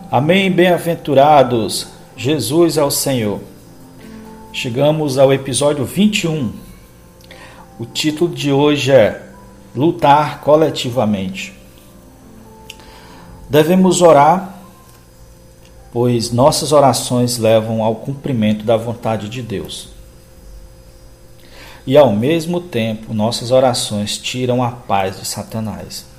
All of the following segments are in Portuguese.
Amém, bem-aventurados, Jesus é o Senhor. Chegamos ao episódio 21. O título de hoje é Lutar coletivamente. Devemos orar, pois nossas orações levam ao cumprimento da vontade de Deus. E ao mesmo tempo, nossas orações tiram a paz de Satanás.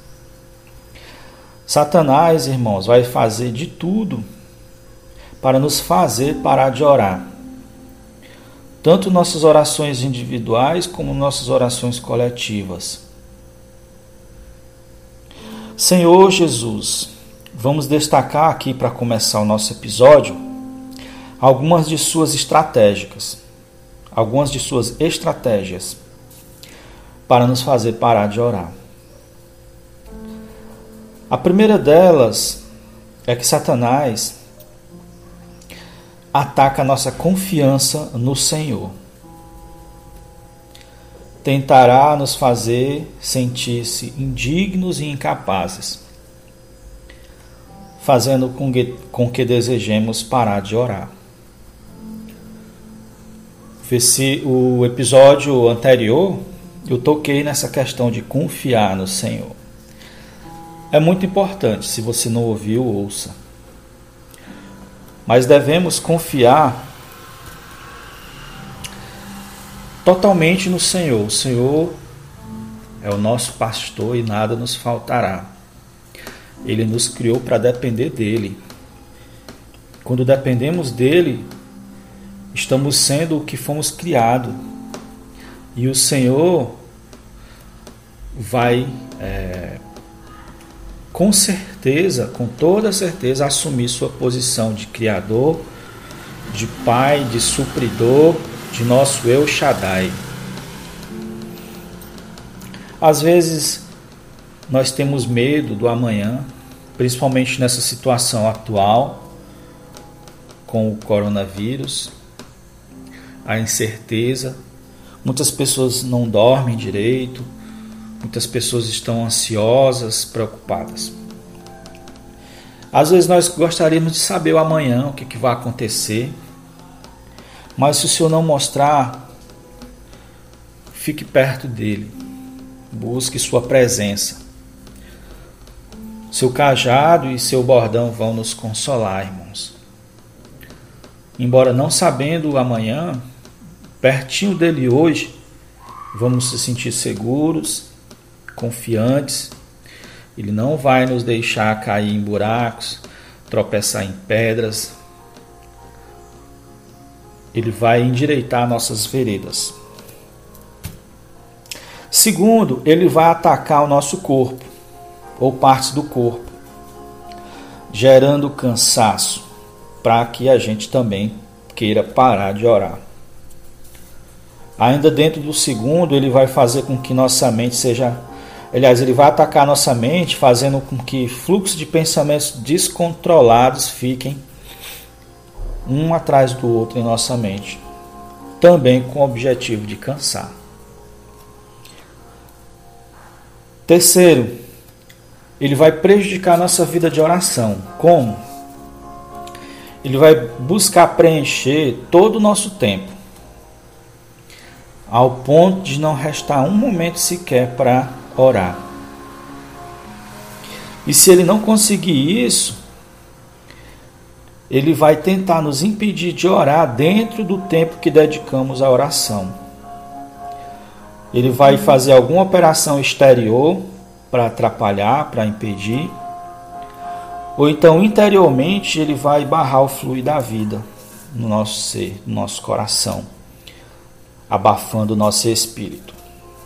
Satanás, irmãos, vai fazer de tudo para nos fazer parar de orar. Tanto nossas orações individuais como nossas orações coletivas. Senhor Jesus, vamos destacar aqui para começar o nosso episódio algumas de suas estratégias para nos fazer parar de orar. A primeira delas é que Satanás ataca a nossa confiança no Senhor. Tentará nos fazer sentir-se indignos e incapazes, fazendo com que desejemos parar de orar. O episódio anterior, eu toquei nessa questão de confiar no Senhor. É muito importante, se você não ouviu, ouça. Mas devemos confiar totalmente no Senhor. O Senhor é o nosso pastor e nada nos faltará. Ele nos criou para depender dele. Quando dependemos dele, estamos sendo o que fomos criados. E o Senhor vai com certeza, com toda certeza, assumir sua posição de Criador, de Pai, de supridor, de nosso El Shaddai. Às vezes, nós temos medo do amanhã, principalmente nessa situação atual, com o coronavírus, a incerteza. Muitas pessoas não dormem direito, muitas pessoas estão ansiosas, preocupadas. Às vezes nós gostaríamos de saber o amanhã, o que vai acontecer. Mas se o Senhor não mostrar, fique perto dele. Busque sua presença. Seu cajado e seu bordão vão nos consolar, irmãos. Embora não sabendo o amanhã, pertinho dele hoje, vamos se sentir seguros, confiantes. Ele não vai nos deixar cair em buracos, tropeçar em pedras. Ele vai endireitar nossas veredas. Segundo, ele vai atacar o nosso corpo, ou partes do corpo, gerando cansaço, para que a gente também queira parar de orar. Ainda dentro do segundo, ele vai fazer com que nossa mente seja... Aliás, ele vai atacar nossa mente, fazendo com que fluxos de pensamentos descontrolados fiquem um atrás do outro em nossa mente, também com o objetivo de cansar. Terceiro, ele vai prejudicar nossa vida de oração. Como? Ele vai buscar preencher todo o nosso tempo, ao ponto de não restar um momento sequer para orar. E se ele não conseguir isso, ele vai tentar nos impedir de orar dentro do tempo que dedicamos à oração. Ele vai fazer alguma operação exterior para atrapalhar, para impedir, ou então interiormente ele vai barrar o fluir da vida no nosso ser, no nosso coração, abafando o nosso espírito.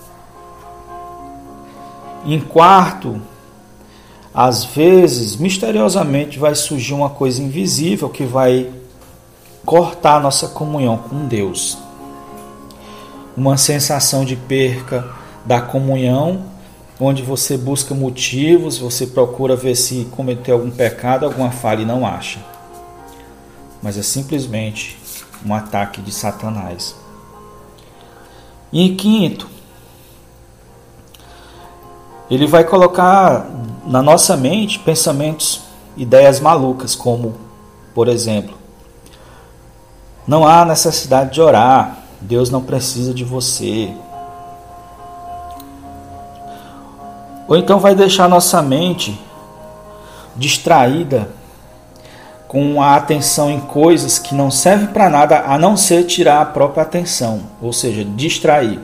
Em quarto, às vezes, misteriosamente, vai surgir uma coisa invisível que vai cortar a nossa comunhão com Deus. Uma sensação de perca da comunhão, onde você busca motivos, você procura ver se cometeu algum pecado, alguma falha e não acha. Mas é simplesmente um ataque de Satanás. E em quinto, ele vai colocar na nossa mente pensamentos ideias malucas, como, por exemplo, não há necessidade de orar, Deus não precisa de você. Ou então vai deixar nossa mente distraída com a atenção em coisas que não servem para nada a não ser tirar a própria atenção, ou seja, distrair.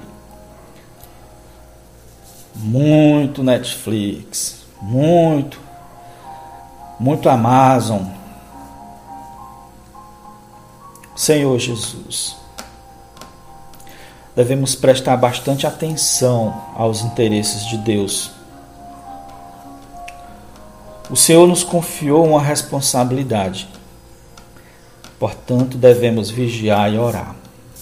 Muito Netflix, muito Amazon. Senhor Jesus, devemos prestar bastante atenção aos interesses de Deus. O Senhor nos confiou uma responsabilidade, portanto devemos vigiar e orar.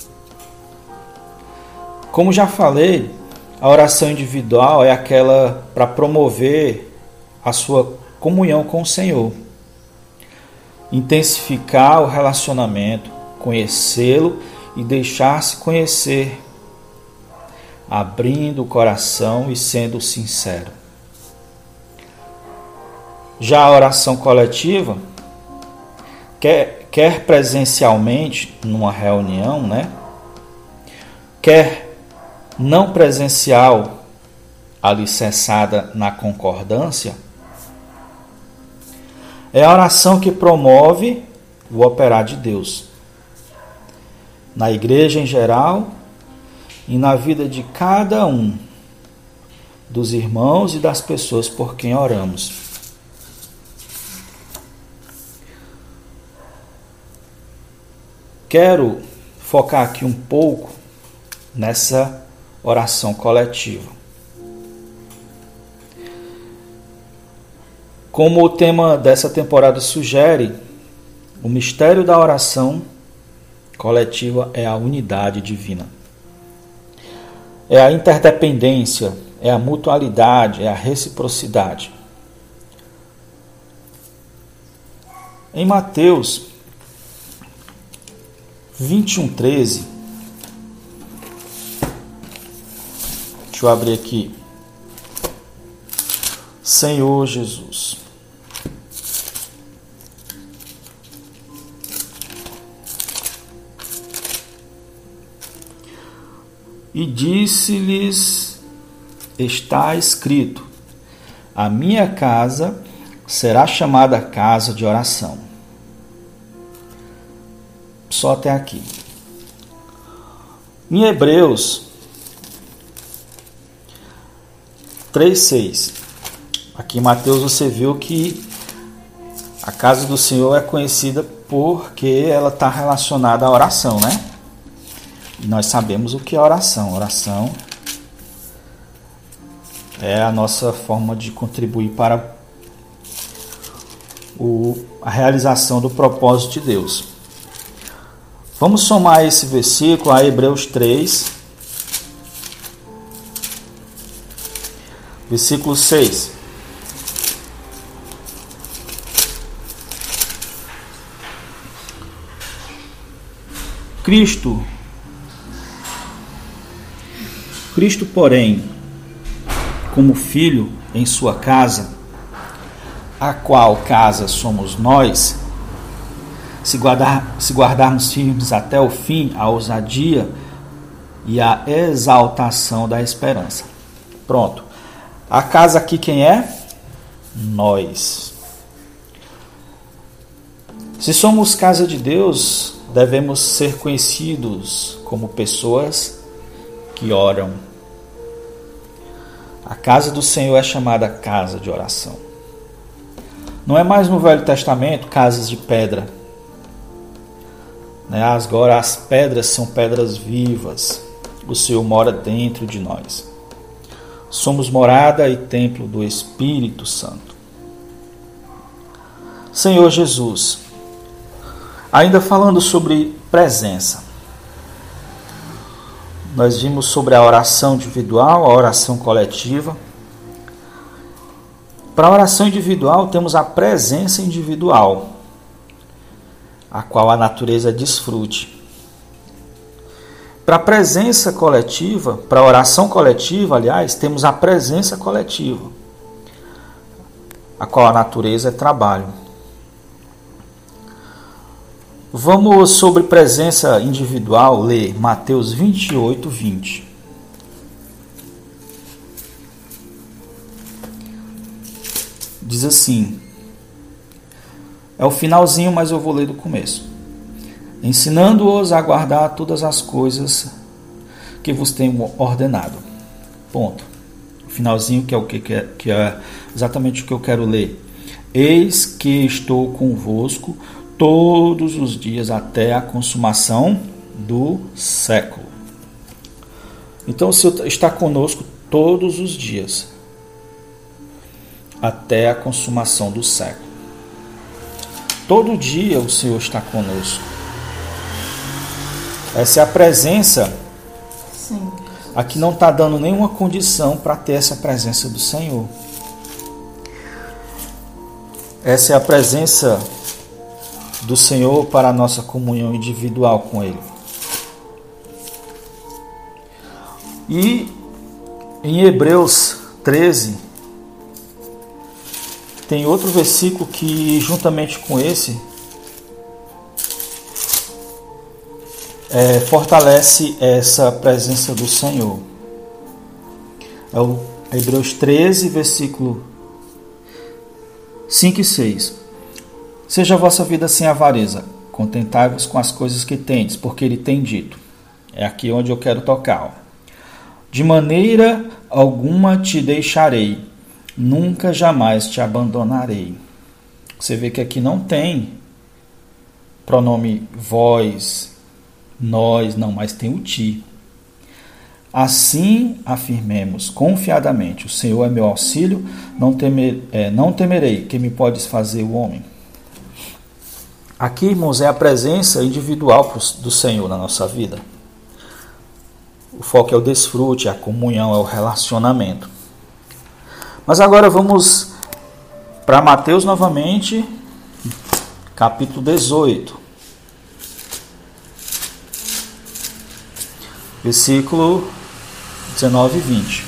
Como já falei, a oração individual é aquela para promover a sua comunhão com o Senhor, intensificar o relacionamento, conhecê-lo e deixar-se conhecer, abrindo o coração e sendo sincero. Já a oração coletiva, quer presencialmente numa reunião, quer não presencial, alicerçada na concordância, é a oração que promove o operar de Deus na igreja em geral e na vida de cada um dos irmãos e das pessoas por quem oramos. Quero focar aqui um pouco nessa oração coletiva. Como o tema dessa temporada sugere, o mistério da oração coletiva é a unidade divina. É a interdependência, é a mutualidade, é a reciprocidade. Em Mateus 21:13, deixa eu abrir aqui. Senhor Jesus, e disse-lhes: está escrito, a minha casa será chamada casa de oração. Só até aqui. Em Hebreus 3:6, aqui em Mateus você viu que a casa do Senhor é conhecida porque ela está relacionada à oração, E nós sabemos o que é oração. Oração é a nossa forma de contribuir para a realização do propósito de Deus. Vamos somar esse versículo a Hebreus 3, versículo 6. Cristo, porém, como filho em sua casa, a qual casa somos nós, se guardarmos firmes até o fim a ousadia e a exaltação da esperança. Pronto. A casa aqui quem é? Nós. Se somos casa de Deus, devemos ser conhecidos como pessoas que oram. A casa do Senhor é chamada casa de oração. Não é mais no Velho Testamento casas de pedra. Agora as pedras são pedras vivas. O Senhor mora dentro de nós. Somos morada e templo do Espírito Santo. Senhor Jesus, ainda falando sobre presença, nós vimos sobre a oração individual, a oração coletiva. Para a oração individual temos a presença individual, a qual a natureza desfrute. Para a presença coletiva, para a oração coletiva, aliás, temos a presença coletiva, a qual a natureza é trabalho. Vamos sobre presença individual ler Mateus 28, 20. Diz assim, é o finalzinho, mas eu vou ler do começo. Ensinando-os a guardar todas as coisas que vos tenho ordenado. Ponto. O finalzinho que é exatamente o que eu quero ler. Eis que estou convosco todos os dias até a consumação do século. Então o Senhor está conosco todos os dias até a consumação do século. Todo dia o Senhor está conosco. Essa é a presença. Sim. Aqui não está dando nenhuma condição para ter essa presença do Senhor. Essa é a presença do Senhor para a nossa comunhão individual com Ele. E em Hebreus 13, tem outro versículo que, juntamente com esse, fortalece essa presença do Senhor. É o Hebreus 13, versículo 5 e 6. Seja a vossa vida sem avareza, contentai-vos com as coisas que tendes, porque Ele tem dito. É aqui onde eu quero tocar. Ó. De maneira alguma te deixarei, nunca jamais te abandonarei. Você vê que aqui não tem pronome vós, nós, não, mas tem o ti. Assim afirmemos confiadamente, o Senhor é meu auxílio, não temerei, que me podes fazer o homem. Aqui, irmãos, é a presença individual do Senhor na nossa vida. O foco é o desfrute, a comunhão, é o relacionamento. Mas agora vamos para Mateus novamente, capítulo 18. Versículo 19 e 20.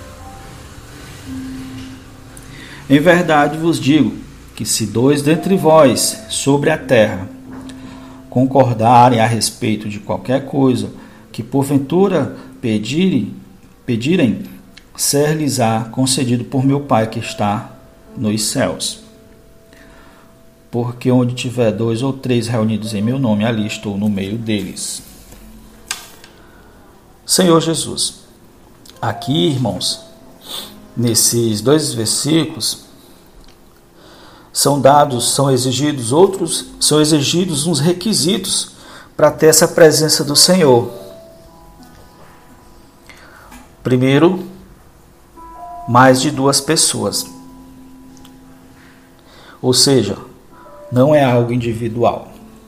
Em verdade vos digo que se dois dentre vós sobre a terra concordarem a respeito de qualquer coisa que porventura pedirem, ser-lhes-á concedido por meu Pai que está nos céus. Porque onde tiver 2 ou 3 reunidos em meu nome, ali estou no meio deles. Senhor Jesus, aqui, irmãos, nesses 2 versículos, são exigidos uns requisitos para ter essa presença do Senhor. Primeiro, mais de 2 pessoas. Ou seja, não é algo individual.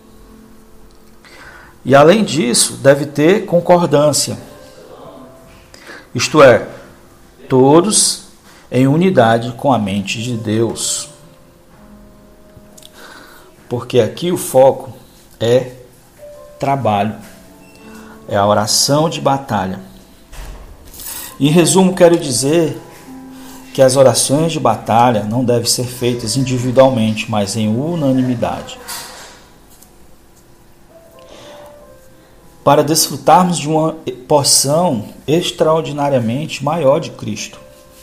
E além disso, deve ter concordância. Isto é, todos em unidade com a mente de Deus. Porque aqui o foco é trabalho, é a oração de batalha. Em resumo, quero dizer que as orações de batalha não devem ser feitas individualmente, mas em unanimidade. Para desfrutarmos de uma porção extraordinariamente maior de Cristo.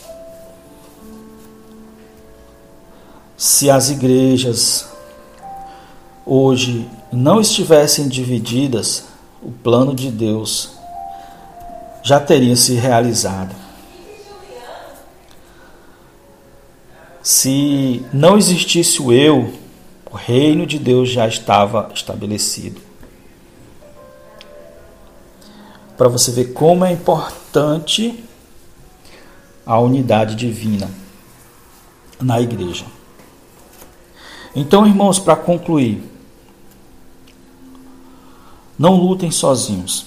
Se as igrejas hoje não estivessem divididas, o plano de Deus já teria se realizado. Se não existisse o eu, o reino de Deus já estava estabelecido. Para você ver como é importante a unidade divina na igreja. Então, irmãos, para concluir, não lutem sozinhos.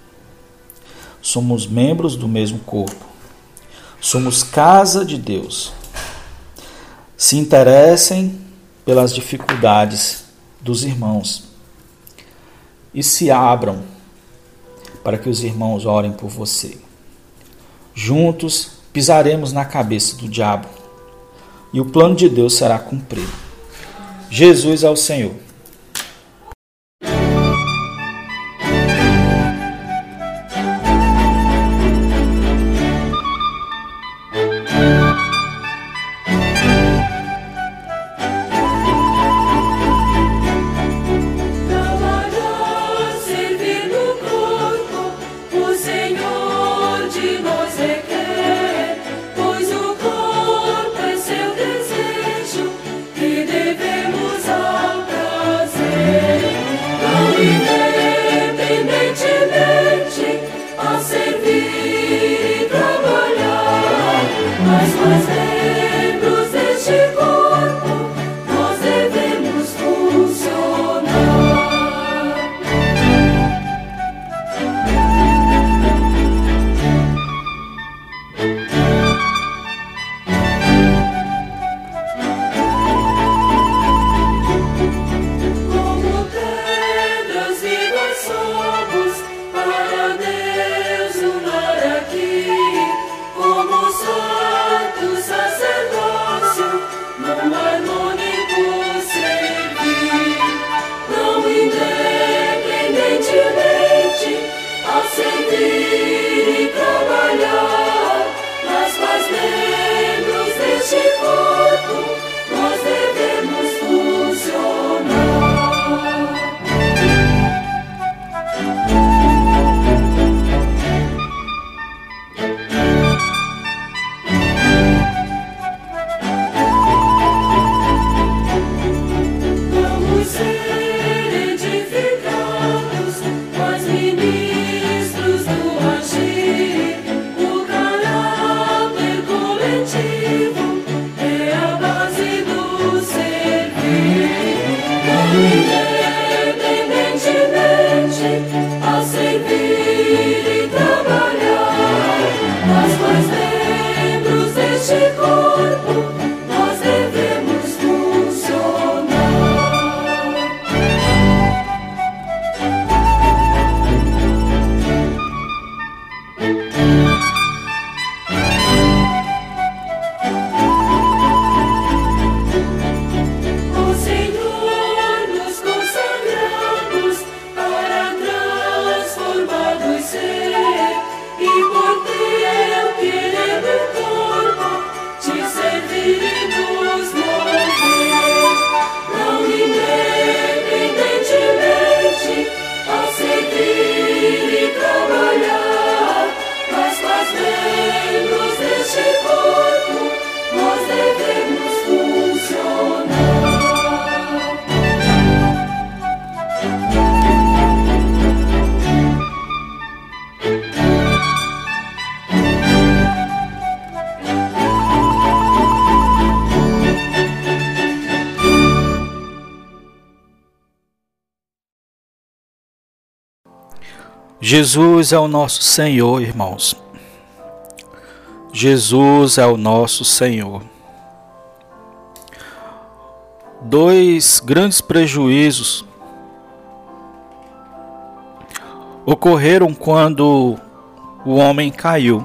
Somos membros do mesmo corpo. Somos casa de Deus. Se interessem pelas dificuldades dos irmãos e se abram para que os irmãos orem por você. Juntos pisaremos na cabeça do diabo, e o plano de Deus será cumprido. Jesus é o Senhor. Jesus é o nosso Senhor, irmãos. Jesus é o nosso Senhor. Dois grandes prejuízos ocorreram quando o homem caiu.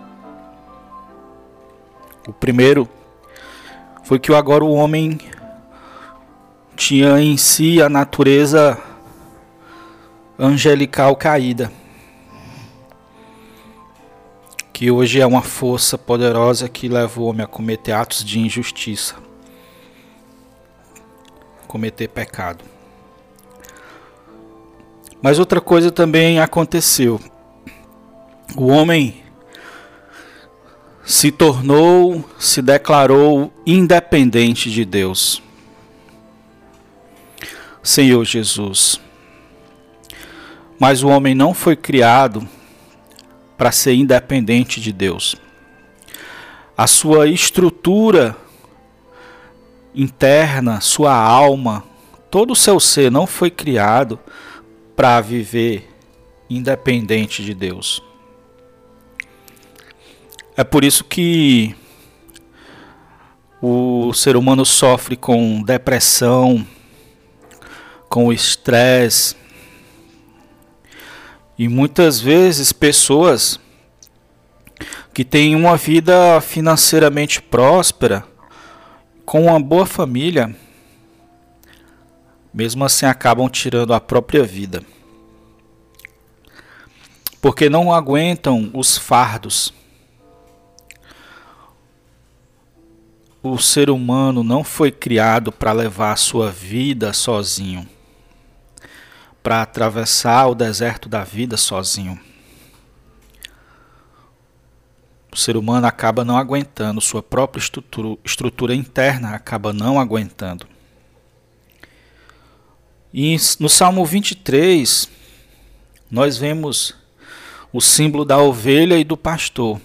O primeiro foi que agora o homem tinha em si a natureza angelical caída, que hoje é uma força poderosa que leva o homem a cometer atos de injustiça, cometer pecado. Mas outra coisa também aconteceu. O homem se declarou independente de Deus. Senhor Jesus. Mas o homem não foi criado para ser independente de Deus. A sua estrutura interna, sua alma, todo o seu ser não foi criado para viver independente de Deus. É por isso que o ser humano sofre com depressão, com estresse. E muitas vezes pessoas que têm uma vida financeiramente próspera com uma boa família, mesmo assim acabam tirando a própria vida, porque não aguentam os fardos. O ser humano não foi criado para levar a sua vida sozinho, para atravessar o deserto da vida sozinho. O ser humano acaba não aguentando, sua própria estrutura interna acaba não aguentando. E no Salmo 23, nós vemos o símbolo da ovelha e do pastor.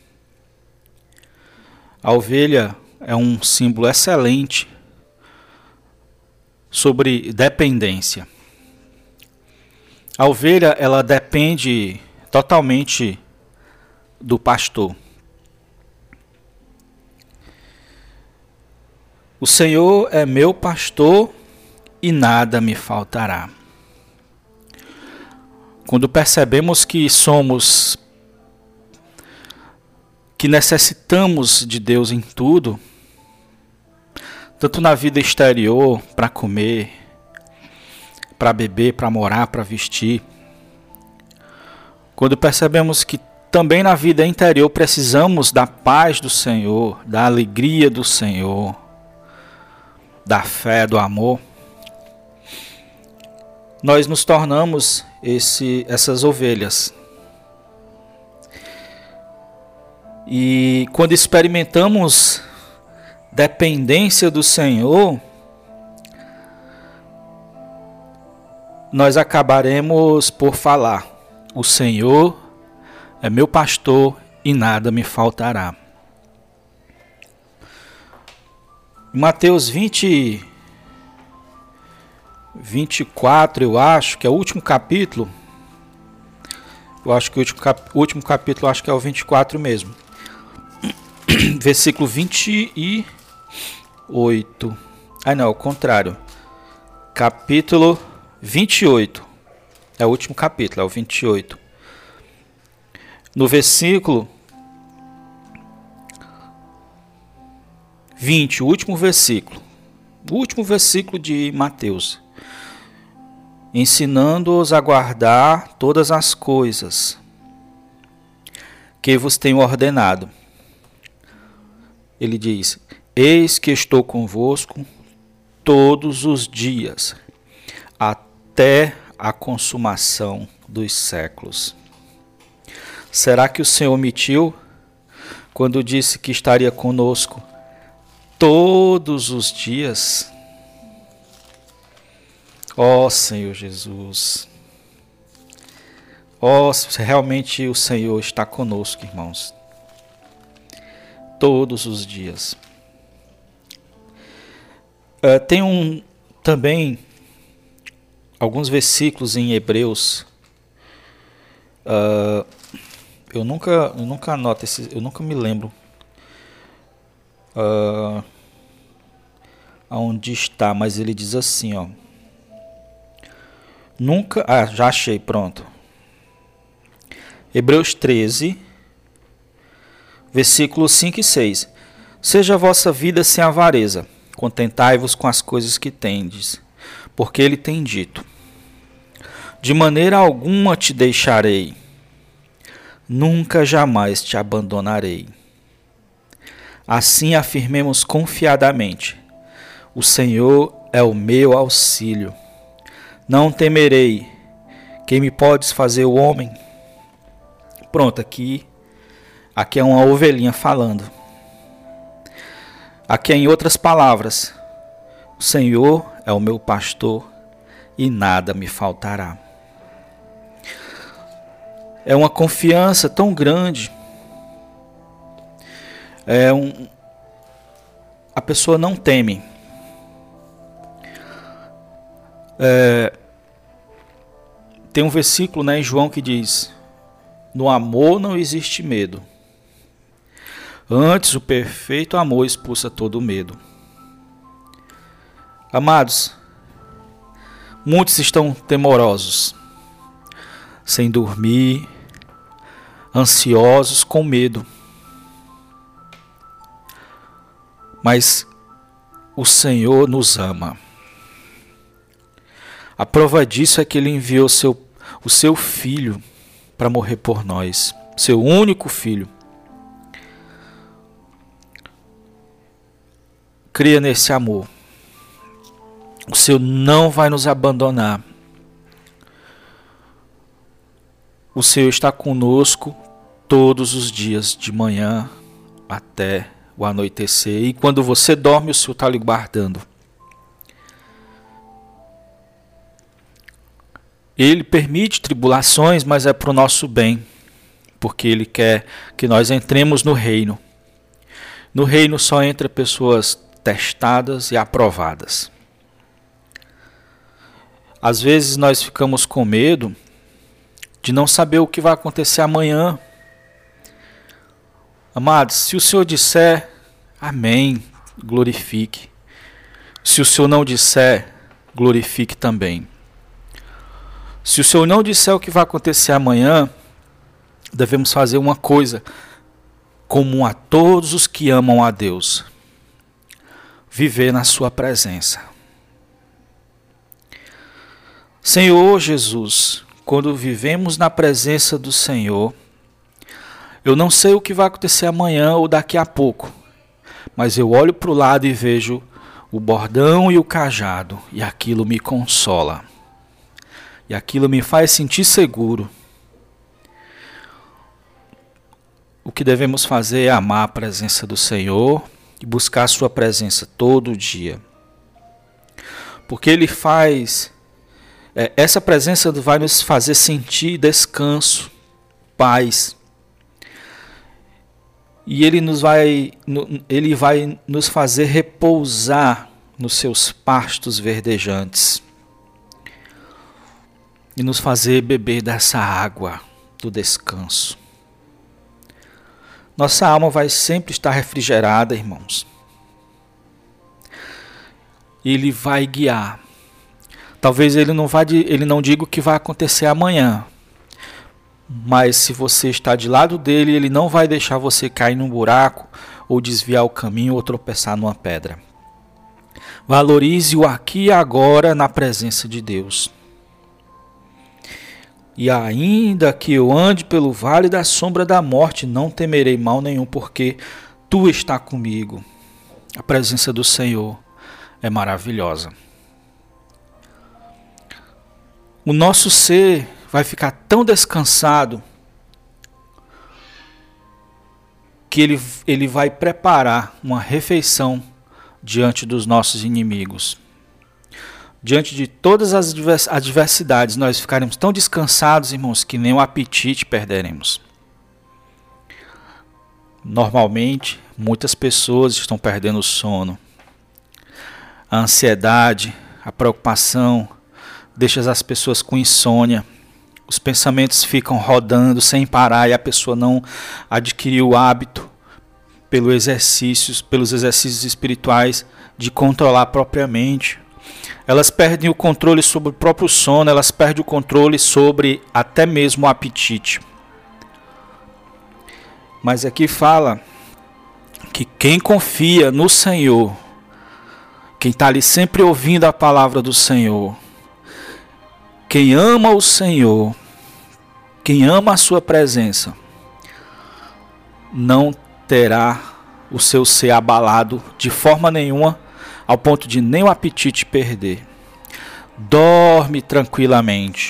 A ovelha é um símbolo excelente sobre dependência. A ovelha, ela depende totalmente do pastor. O Senhor é meu pastor e nada me faltará. Quando percebemos que necessitamos de Deus em tudo, tanto na vida exterior, para comer, para beber, para morar, para vestir. Quando percebemos que também na vida interior precisamos da paz do Senhor, da alegria do Senhor, da fé, do amor, nós nos tornamos essas ovelhas. E quando experimentamos dependência do Senhor, nós acabaremos por falar: o Senhor é meu pastor e nada me faltará. Mateus 24, eu acho que é o último capítulo. Eu acho que o último capítulo acho que é o 24 mesmo. Versículo 28. Ah, não, é o contrário. Capítulo 28. É o último capítulo, é o 28. No versículo 20, o último versículo de Mateus. Ensinando-os a guardar todas as coisas que vos tenho ordenado. Ele diz: eis que estou convosco todos os dias, até a consumação dos séculos. Será que o Senhor omitiu quando disse que estaria conosco todos os dias? Ó Senhor Jesus. Ó, realmente o Senhor está conosco, irmãos. Todos os dias. Tem também alguns versículos em Hebreus. Eu nunca anoto eu nunca me lembro aonde está, mas ele diz assim, ó. Já achei, pronto. Hebreus 13, versículos 5 e 6. Seja a vossa vida sem avareza, contentai-vos com as coisas que tendes, porque ele tem dito: de maneira alguma te deixarei, nunca jamais te abandonarei. Assim afirmemos confiadamente: o Senhor é o meu auxílio. Não temerei. Quem me podes fazer o homem? Pronto, aqui é uma ovelhinha falando. Aqui é em outras palavras: o Senhor é o meu pastor e nada me faltará. É uma confiança tão grande. A pessoa não teme. Tem um versículo, em João que diz: no amor não existe medo. Antes, o perfeito amor expulsa todo medo. Amados, muitos estão temorosos, sem dormir, ansiosos, com medo. Mas o Senhor nos ama. A prova disso é que Ele enviou o seu Filho para morrer por nós, seu único Filho. Creia nesse amor. O Senhor não vai nos abandonar. O Senhor está conosco todos os dias, de manhã até o anoitecer. E quando você dorme, o Senhor está lhe guardando. Ele permite tribulações, mas é para o nosso bem. Porque Ele quer que nós entremos no reino. No reino só entra pessoas testadas e aprovadas. Às vezes nós ficamos com medo de não saber o que vai acontecer amanhã. Amados, se o Senhor disser, amém, glorifique. Se o Senhor não disser, glorifique também. Se o Senhor não disser o que vai acontecer amanhã, devemos fazer uma coisa comum a todos os que amam a Deus: viver na sua presença. Senhor Jesus, quando vivemos na presença do Senhor, eu não sei o que vai acontecer amanhã ou daqui a pouco, mas eu olho para o lado e vejo o bordão e o cajado, e aquilo me consola. E aquilo me faz sentir seguro. O que devemos fazer é amar a presença do Senhor e buscar a sua presença todo dia. Porque Ele faz... essa presença vai nos fazer sentir descanso, paz. E Ele vai nos fazer repousar nos seus pastos verdejantes. E nos fazer beber dessa água do descanso. Nossa alma vai sempre estar refrigerada, irmãos. Ele vai guiar. Talvez ele não diga o que vai acontecer amanhã. Mas se você está de lado dele, ele não vai deixar você cair num buraco, ou desviar o caminho, ou tropeçar numa pedra. Valorize o aqui e agora na presença de Deus. E ainda que eu ande pelo vale da sombra da morte, não temerei mal nenhum, porque Tu está comigo. A presença do Senhor é maravilhosa. O nosso ser vai ficar tão descansado que ele vai preparar uma refeição diante dos nossos inimigos. Diante de todas as adversidades, nós ficaremos tão descansados, irmãos, que nem o apetite perderemos. Normalmente, muitas pessoas estão perdendo o sono. A ansiedade, a preocupação, deixa as pessoas com insônia. Os pensamentos ficam rodando sem parar e a pessoa não adquiriu o hábito pelos exercícios espirituais de controlar propriamente. Elas perdem o controle sobre o próprio sono, elas perdem o controle sobre até mesmo o apetite. Mas aqui fala que quem confia no Senhor, quem está ali sempre ouvindo a palavra do Senhor, quem ama o Senhor, quem ama a sua presença, não terá o seu ser abalado de forma nenhuma, ao ponto de nem o apetite perder. Dorme tranquilamente.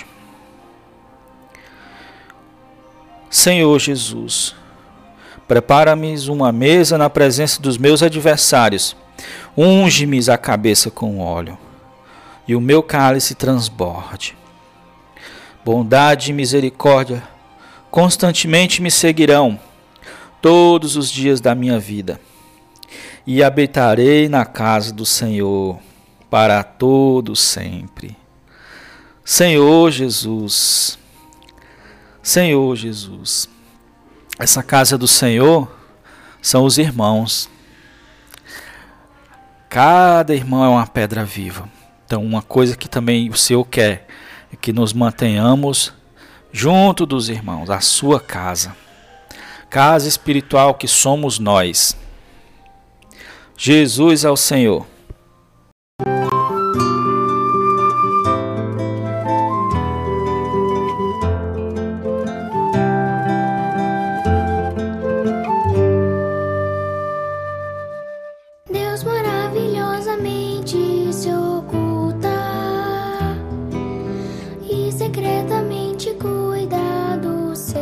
Senhor Jesus, prepara-me uma mesa na presença dos meus adversários. Unge-me a cabeça com óleo, e o meu cálice transborde. Bondade e misericórdia constantemente me seguirão todos os dias da minha vida. E habitarei na casa do Senhor para todo sempre. Senhor Jesus, Senhor Jesus, essa casa do Senhor são os irmãos. Cada irmão é uma pedra viva. Então, uma coisa que também o Senhor quer é que nos mantenhamos junto dos irmãos, a sua casa. Casa espiritual que somos nós. Jesus é o Senhor. secretamente cuida dos seus.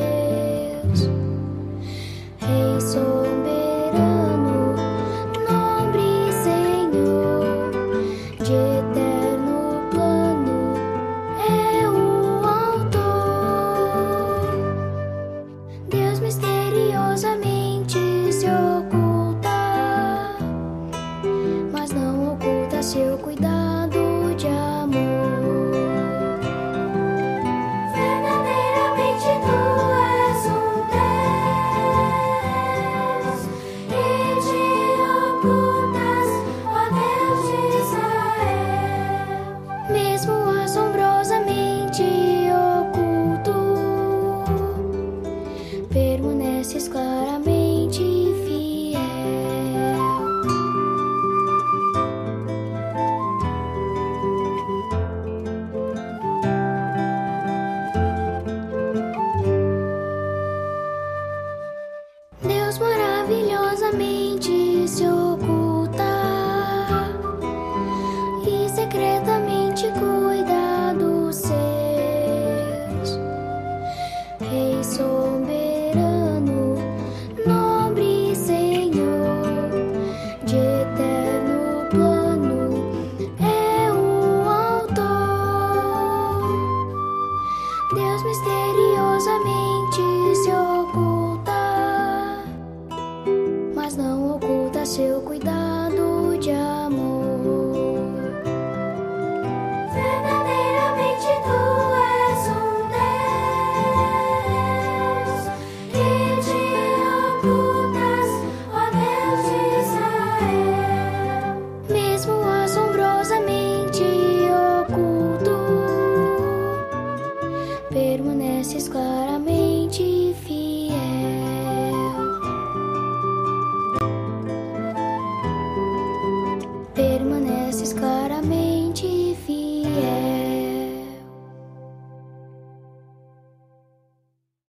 Rei soberano, nobre Senhor, de eterno plano é o autor. Deus misteriosamente se oculta, mas não oculta seu cuidado de amor. Verdadeiramente tu és um Deus e te ocultas, ó Deus de Israel. Mesmo assombrosamente oculto, permaneces claramente fiel. Deus maravilhosamente se oculta e secretamente cuida dos seus. Rei soberano, nobre Senhor, de eterno plano é o autor. Deus misteriosamente se oculta, mas não oculta seu cuidado de amor. Verdadeiramente tu és um Deus e te ocultas, ó Deus de Israel. Mesmo assombrosamente oculto, permaneces claramente fiel.